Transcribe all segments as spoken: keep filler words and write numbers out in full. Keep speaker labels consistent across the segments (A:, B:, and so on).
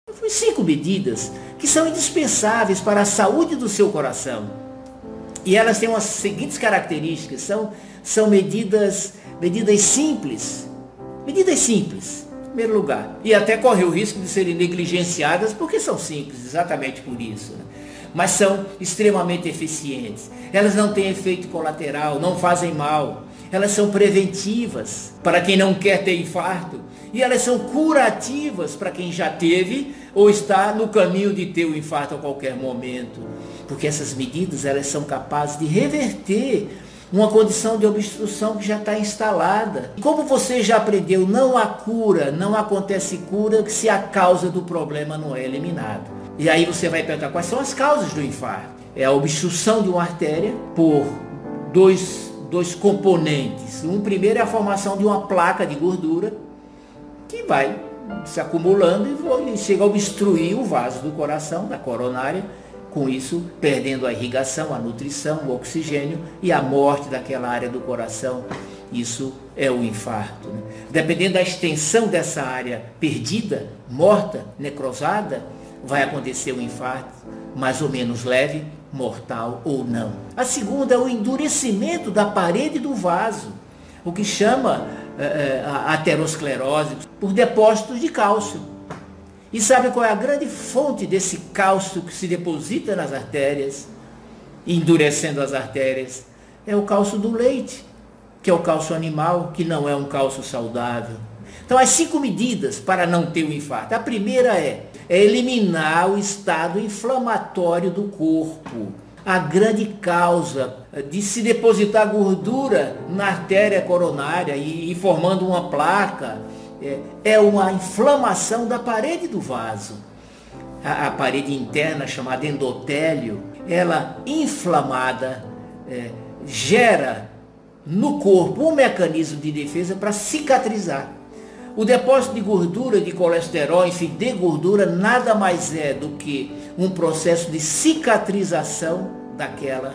A: Foi cinco medidas que são indispensáveis para a saúde do seu coração. E elas têm umas seguintes características, são, são medidas, medidas simples, medidas simples, em primeiro lugar. E até corre o risco de serem negligenciadas, porque são simples, exatamente por isso, né? Mas são extremamente eficientes. Elas não têm efeito colateral, não fazem mal. Elas são preventivas para quem não quer ter infarto. E elas são curativas para quem já teve ou está no caminho de ter o infarto a qualquer momento. Porque essas medidas, elas são capazes de reverter uma condição de obstrução que já está instalada. Como você já aprendeu, não há cura, não acontece cura se a causa do problema não é eliminada. E aí você vai perguntar quais são as causas do infarto. É a obstrução de uma artéria por dois, dois componentes. Um primeiro é a formação de uma placa de gordura que vai se acumulando e chega a obstruir o vaso do coração, da coronária, com isso perdendo a irrigação, a nutrição, o oxigênio e a morte daquela área do coração. Isso é o infarto, né? Dependendo da extensão dessa área perdida, morta, necrosada, vai acontecer um infarto mais ou menos leve, mortal ou não. A segunda é o endurecimento da parede do vaso, o que chama é, a aterosclerose, por depósitos de cálcio. E sabe qual é a grande fonte desse cálcio que se deposita nas artérias, endurecendo as artérias? É o cálcio do leite, que é o cálcio animal, que não é um cálcio saudável. Então, as cinco medidas para não ter o infarto. A primeira é, é eliminar o estado inflamatório do corpo. A grande causa de se depositar gordura na artéria coronária e, e formando uma placa é, é uma inflamação da parede do vaso. A, a parede interna, chamada endotélio, ela inflamada é, gera no corpo um mecanismo de defesa para cicatrizar. O depósito de gordura, de colesterol, enfim, de gordura, nada mais é do que um processo de cicatrização daquela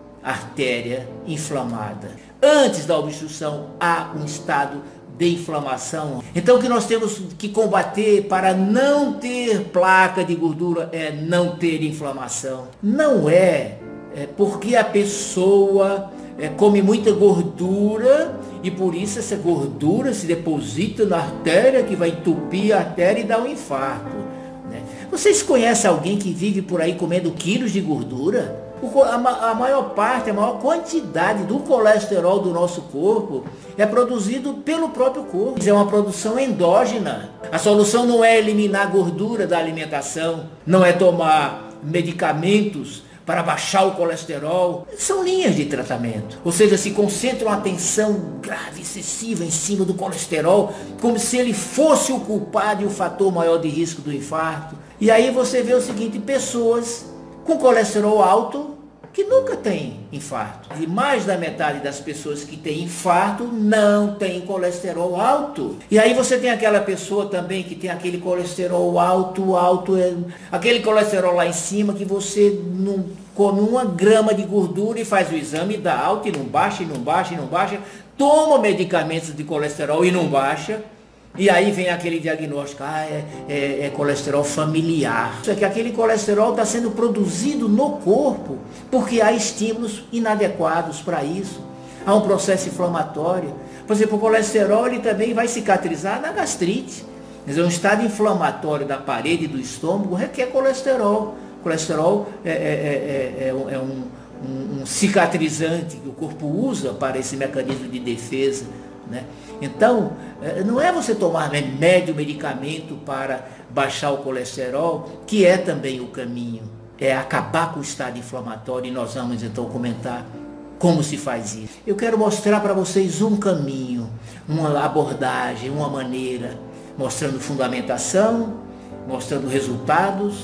A: artéria inflamada. Antes da obstrução, há um estado de inflamação. Então, o que nós temos que combater para não ter placa de gordura é não ter inflamação. Não é, é porque a pessoa é, come muita gordura e por isso essa gordura se deposita na artéria, que vai entupir a artéria e dar um infarto, né? Vocês conhecem alguém que vive por aí comendo quilos de gordura? O, a, a maior parte, a maior quantidade do colesterol do nosso corpo é produzido pelo próprio corpo. É uma produção endógena. A solução não é eliminar a gordura da alimentação, não é tomar medicamentos para baixar o colesterol. São linhas de tratamento. Ou seja, se concentram a atenção grave, excessiva em cima do colesterol, como se ele fosse o culpado e o fator maior de risco do infarto. E aí você vê o seguinte, pessoas com colesterol alto que nunca têm infarto. E mais da metade das pessoas que têm infarto não têm colesterol alto. E aí você tem aquela pessoa também que tem aquele colesterol alto, alto, é, aquele colesterol lá em cima que você não come uma grama de gordura e faz o exame, dá alto e não baixa, e não baixa, e não baixa, toma medicamentos de colesterol e não baixa. E aí vem aquele diagnóstico, ah, é, é, é colesterol familiar. Isso é que aquele colesterol está sendo produzido no corpo, porque há estímulos inadequados para isso. Há um processo inflamatório. Por exemplo, o colesterol ele também vai cicatrizar na gastrite. Quer dizer, um estado inflamatório da parede do estômago requer colesterol. O colesterol é, é, é, é, é um, um, um cicatrizante que o corpo usa para esse mecanismo de defesa, né? Então, não é você tomar remédio, medicamento para baixar o colesterol, que é também o caminho. É acabar com o estado inflamatório, e nós vamos então comentar como se faz isso. Eu quero mostrar para vocês um caminho, uma abordagem, uma maneira, mostrando fundamentação, mostrando resultados,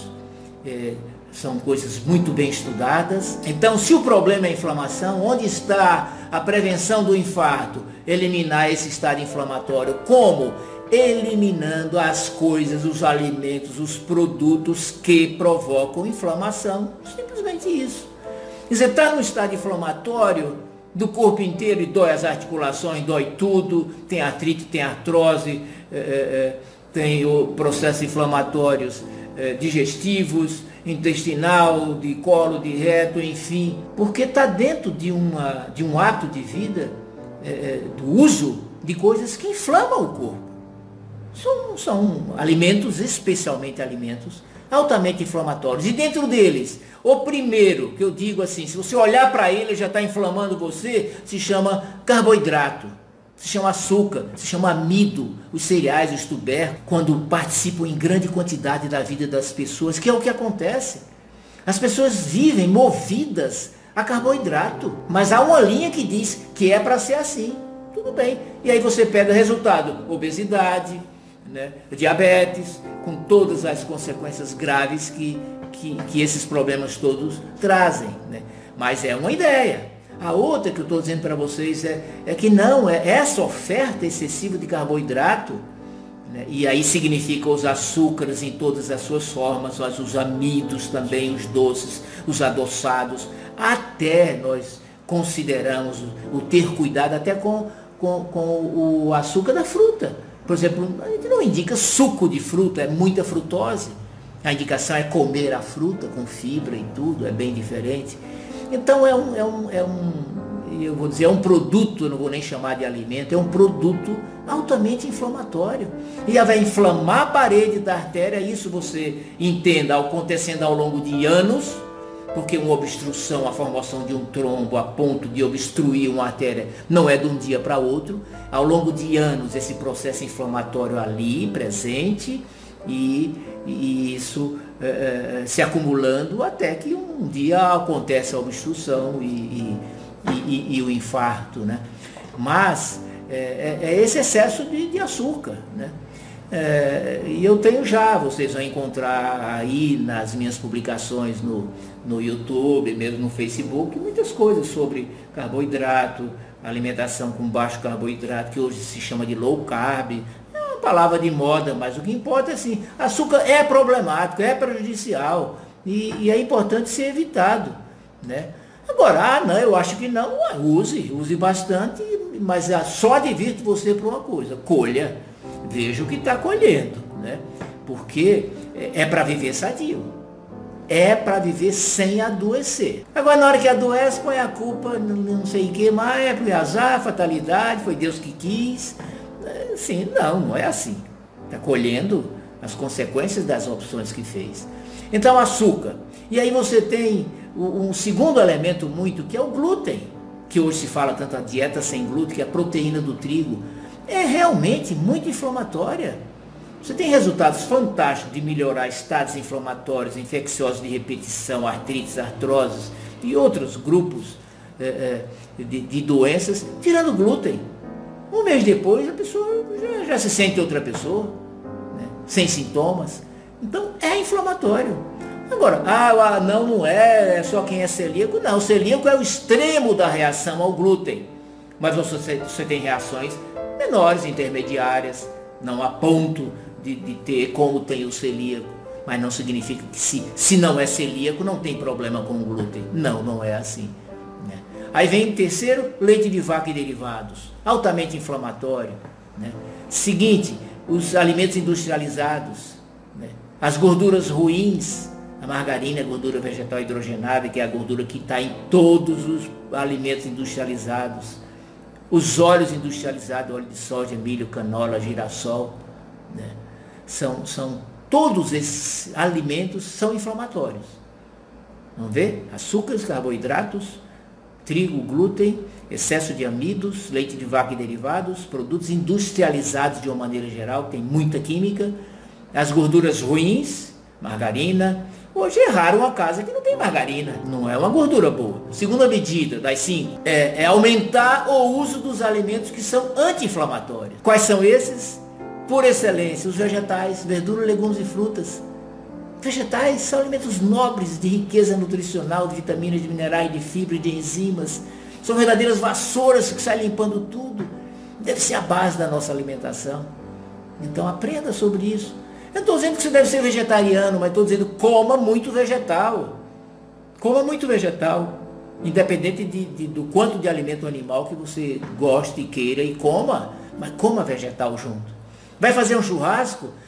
A: é, são coisas muito bem estudadas. Então, se o problema é a inflamação, onde está a prevenção do infarto? Eliminar esse estado inflamatório. Como? Eliminando as coisas, os alimentos, os produtos que provocam inflamação. Simplesmente isso. Você está no estado inflamatório do corpo inteiro e dói as articulações, dói tudo, tem artrite, tem artrose, é, é, tem processos inflamatórios eh, digestivos, intestinal, de colo, de reto, enfim, porque está dentro de, uma, de um hábito de vida, eh, do uso de coisas que inflamam o corpo. São, são alimentos, especialmente alimentos, altamente inflamatórios. E dentro deles, o primeiro, que eu digo assim, se você olhar para ele, já está inflamando você, se chama carboidrato, se chama açúcar, se chama amido. Os cereais, os tubérculos, quando participam em grande quantidade da vida das pessoas, que é o que acontece. As pessoas vivem movidas a carboidrato, mas há uma linha que diz que é para ser assim. Tudo bem. E aí você pega resultado, obesidade, né, diabetes, com todas as consequências graves que, que, que esses problemas todos trazem. Né? Mas é uma ideia. A outra que eu estou dizendo para vocês é, é que não, é essa oferta excessiva de carboidrato, né, e aí significa os açúcares em todas as suas formas, os, os amidos também, os doces, os adoçados, até nós consideramos o, o ter cuidado até com, com, com o açúcar da fruta. Por exemplo, a gente não indica suco de fruta, é muita frutose. A indicação é comer a fruta com fibra e tudo, é bem diferente. Então é um, é um, é um, eu vou dizer, é um produto, eu não vou nem chamar de alimento, é um produto altamente inflamatório. E vai inflamar a parede da artéria, isso você entenda, acontecendo ao longo de anos, porque uma obstrução, a formação de um trombo a ponto de obstruir uma artéria, não é de um dia para outro. Ao longo de anos, esse processo inflamatório ali, presente, e, e isso é, se acumulando até que um dia acontece a obstrução e, e, e, e o infarto. Né? Mas é, é esse excesso de, de açúcar. Né? É, e eu tenho já, vocês vão encontrar aí nas minhas publicações no, no YouTube, mesmo no Facebook, muitas coisas sobre carboidrato, alimentação com baixo carboidrato, que hoje se chama de low carb. É uma palavra de moda, mas o que importa é assim, açúcar é problemático, é prejudicial e, e é importante ser evitado. Né? Agora, ah, não, eu acho que não, use, use bastante, mas só advirto você para uma coisa, colha. Veja o que está colhendo, né? Porque é para viver sadio, é para viver sem adoecer. Agora, na hora que adoece, põe a culpa, não sei em que, mas é por azar, fatalidade, foi Deus que quis. Sim, não, não é assim. Está colhendo as consequências das opções que fez. Então, açúcar. E aí você tem um segundo elemento muito, que é o glúten, que hoje se fala tanto a dieta sem glúten, que é a proteína do trigo. É realmente muito inflamatória. Você tem resultados fantásticos de melhorar estados inflamatórios, infecciosos de repetição, artrites, artroses e outros grupos é, de, de doenças, tirando glúten. Um mês depois a pessoa já, já se sente outra pessoa, né? Sem sintomas. Então é inflamatório. Agora, ah, não, não é, é só quem é celíaco. Não, o celíaco é o extremo da reação ao glúten. Mas você, você tem reações menores, intermediárias, não a ponto de, de ter como tem o celíaco, mas não significa que se, se não é celíaco não tem problema com o glúten. Não, não é assim. Né? Aí vem o terceiro, leite de vaca e derivados, altamente inflamatório. Né? Seguinte, os alimentos industrializados, né? As gorduras ruins, a margarina, a gordura vegetal hidrogenada, que é a gordura que está em todos os alimentos industrializados. Os óleos industrializados, óleo de soja, milho, canola, girassol, né? são, são, todos esses alimentos são inflamatórios. Vamos ver? Açúcares, carboidratos, trigo, glúten, excesso de amidos, leite de vaca e derivados, produtos industrializados de uma maneira geral, tem muita química, as gorduras ruins, margarina. Hoje é raro uma casa que não tem margarina, não é uma gordura boa. Segunda medida das cinco é, é aumentar o uso dos alimentos que são anti-inflamatórios. Quais são esses? Por excelência, os vegetais, verduras, legumes e frutas. Vegetais são alimentos nobres de riqueza nutricional, de vitaminas, de minerais, de fibra, de enzimas. São verdadeiras vassouras que saem limpando tudo. Deve ser a base da nossa alimentação. Então aprenda sobre isso. Eu não estou dizendo que você deve ser vegetariano, mas estou dizendo coma muito vegetal. Coma muito vegetal. Independente de, de, do quanto de alimento animal que você goste e queira e coma, mas coma vegetal junto. Vai fazer um churrasco?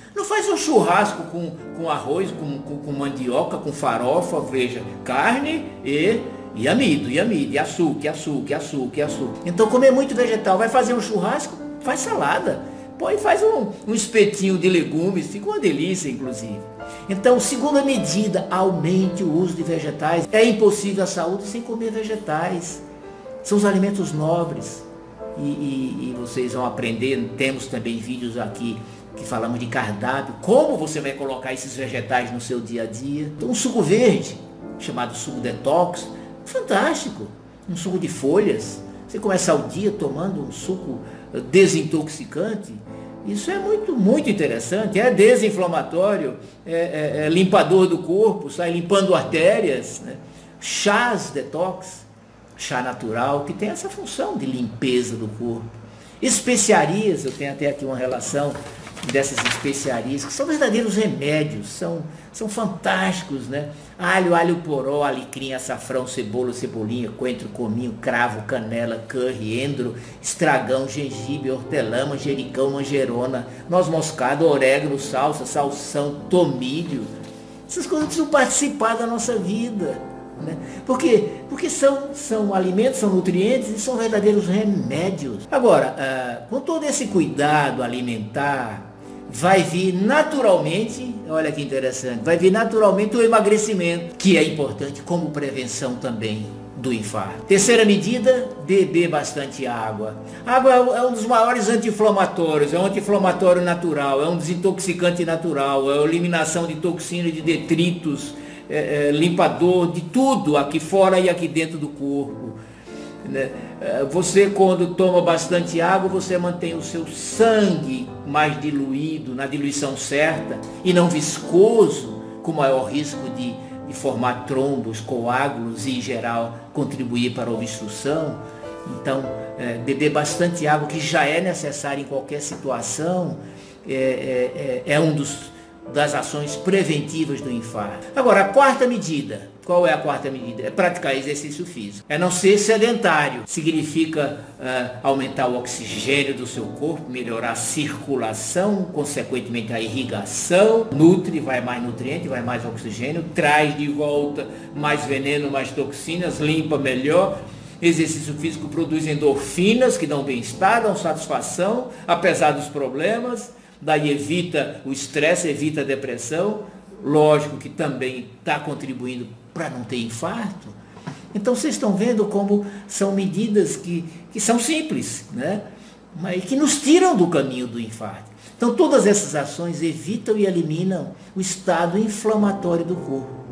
A: Não faz um churrasco com, com arroz, com, com, com mandioca, com farofa, veja, carne e, e amido, e amido, e açúcar, e açúcar, e açúcar, e açúcar. Então comer muito vegetal. Vai fazer um churrasco? Faz salada. Põe, faz um, um espetinho de legumes, fica uma delícia, inclusive. Então, segunda medida, aumente o uso de vegetais. É impossível a saúde sem comer vegetais. São os alimentos nobres. E, e, e vocês vão aprender, temos também vídeos aqui que falamos de cardápio, como você vai colocar esses vegetais no seu dia a dia. Então, um suco verde, chamado suco detox, fantástico. Um suco de folhas. Você começa o dia tomando um suco desintoxicante. Isso é muito, muito interessante. É desinflamatório, é, é, é limpador do corpo, sai limpando artérias, né? Chás detox, chá natural, que tem essa função de limpeza do corpo. Especiarias, eu tenho até aqui uma relação dessas especiarias, que são verdadeiros remédios, são, são fantásticos, né? Alho, alho poró, alecrim, açafrão, cebola, cebolinha, coentro, cominho, cravo, canela, curry, endro, estragão, gengibre, hortelã, manjericão, manjerona, noz moscada, orégano, salsa, salsão, tomilho. Essas coisas precisam participar da nossa vida, né? Por quê? Porque são, são alimentos, são nutrientes e são verdadeiros remédios. Agora, ah, com todo esse cuidado alimentar, vai vir naturalmente, olha que interessante, vai vir naturalmente o emagrecimento, que é importante como prevenção também do infarto. Terceira medida, beber bastante água. A água é um dos maiores anti-inflamatórios, é um anti-inflamatório natural, é um desintoxicante natural, é a eliminação de toxinas, de detritos, é, é, limpador de tudo aqui fora e aqui dentro do corpo. Né? Você, quando toma bastante água, você mantém o seu sangue mais diluído, na diluição certa, e não viscoso, com maior risco de, de formar trombos, coágulos e, em geral, contribuir para a obstrução. Então, é, beber bastante água, que já é necessário em qualquer situação, é, é, é um dos das ações preventivas do infarto. Agora, a quarta medida, qual é a quarta medida? É praticar exercício físico. É não ser sedentário. Significa uh, aumentar o oxigênio do seu corpo, melhorar a circulação, consequentemente a irrigação, nutre, vai mais nutriente, vai mais oxigênio, traz de volta mais veneno, mais toxinas, limpa melhor. Exercício físico produz endorfinas que dão bem-estar, dão satisfação, apesar dos problemas. Daí evita o estresse, evita a depressão. Lógico que também está contribuindo para não ter infarto. Então vocês estão vendo como são medidas que, que são simples, né? Mas que nos tiram do caminho do infarto. Então todas essas ações evitam e eliminam o estado inflamatório do corpo.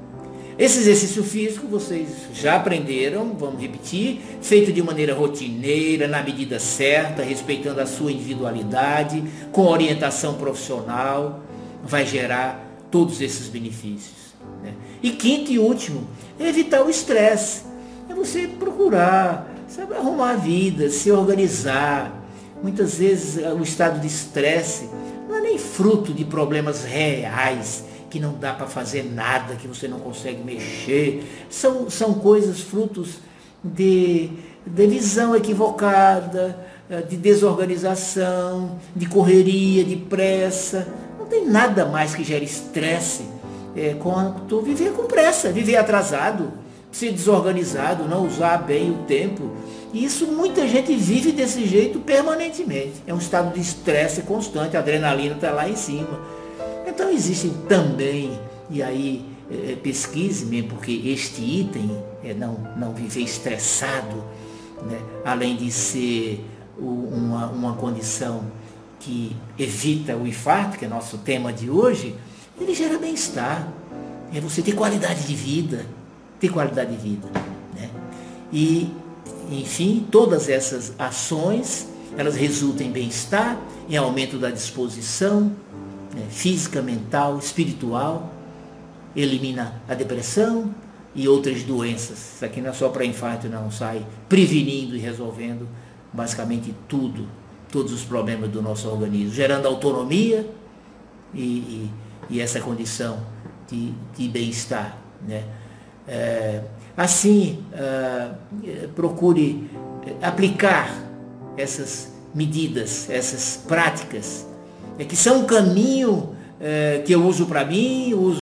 A: Esse exercício físico vocês já aprenderam, vamos repetir, feito de maneira rotineira, na medida certa, respeitando a sua individualidade, com orientação profissional, vai gerar todos esses benefícios, né? E quinto e último, é evitar o estresse. É você procurar, sabe, arrumar a vida, se organizar. Muitas vezes o estado de estresse não é nem fruto de problemas reais, que não dá para fazer nada, que você não consegue mexer. São, são coisas frutos de, de visão equivocada, de desorganização, de correria, de pressa. Não tem nada mais que gere estresse é, quanto viver com pressa, viver atrasado, ser desorganizado, não usar bem o tempo. E isso muita gente vive desse jeito permanentemente. É um estado de estresse constante, a adrenalina está lá em cima. Então existem também, e aí é, pesquise mesmo, porque este item é não, não viver estressado, né? Além de ser o, uma, uma condição que evita o infarto, que é nosso tema de hoje, ele gera bem-estar. É você ter qualidade de vida, ter qualidade de vida, né? E, enfim, todas essas ações, elas resultam em bem-estar, em aumento da disposição, né, física, mental, espiritual, elimina a depressão e outras doenças. Isso aqui não é só para infarto, não, sai prevenindo e resolvendo basicamente tudo, todos os problemas do nosso organismo, gerando autonomia e, e, e essa condição de, de bem-estar, né? É, assim, é, procure aplicar essas medidas, essas práticas, é que são um caminho é, que eu uso para mim, uso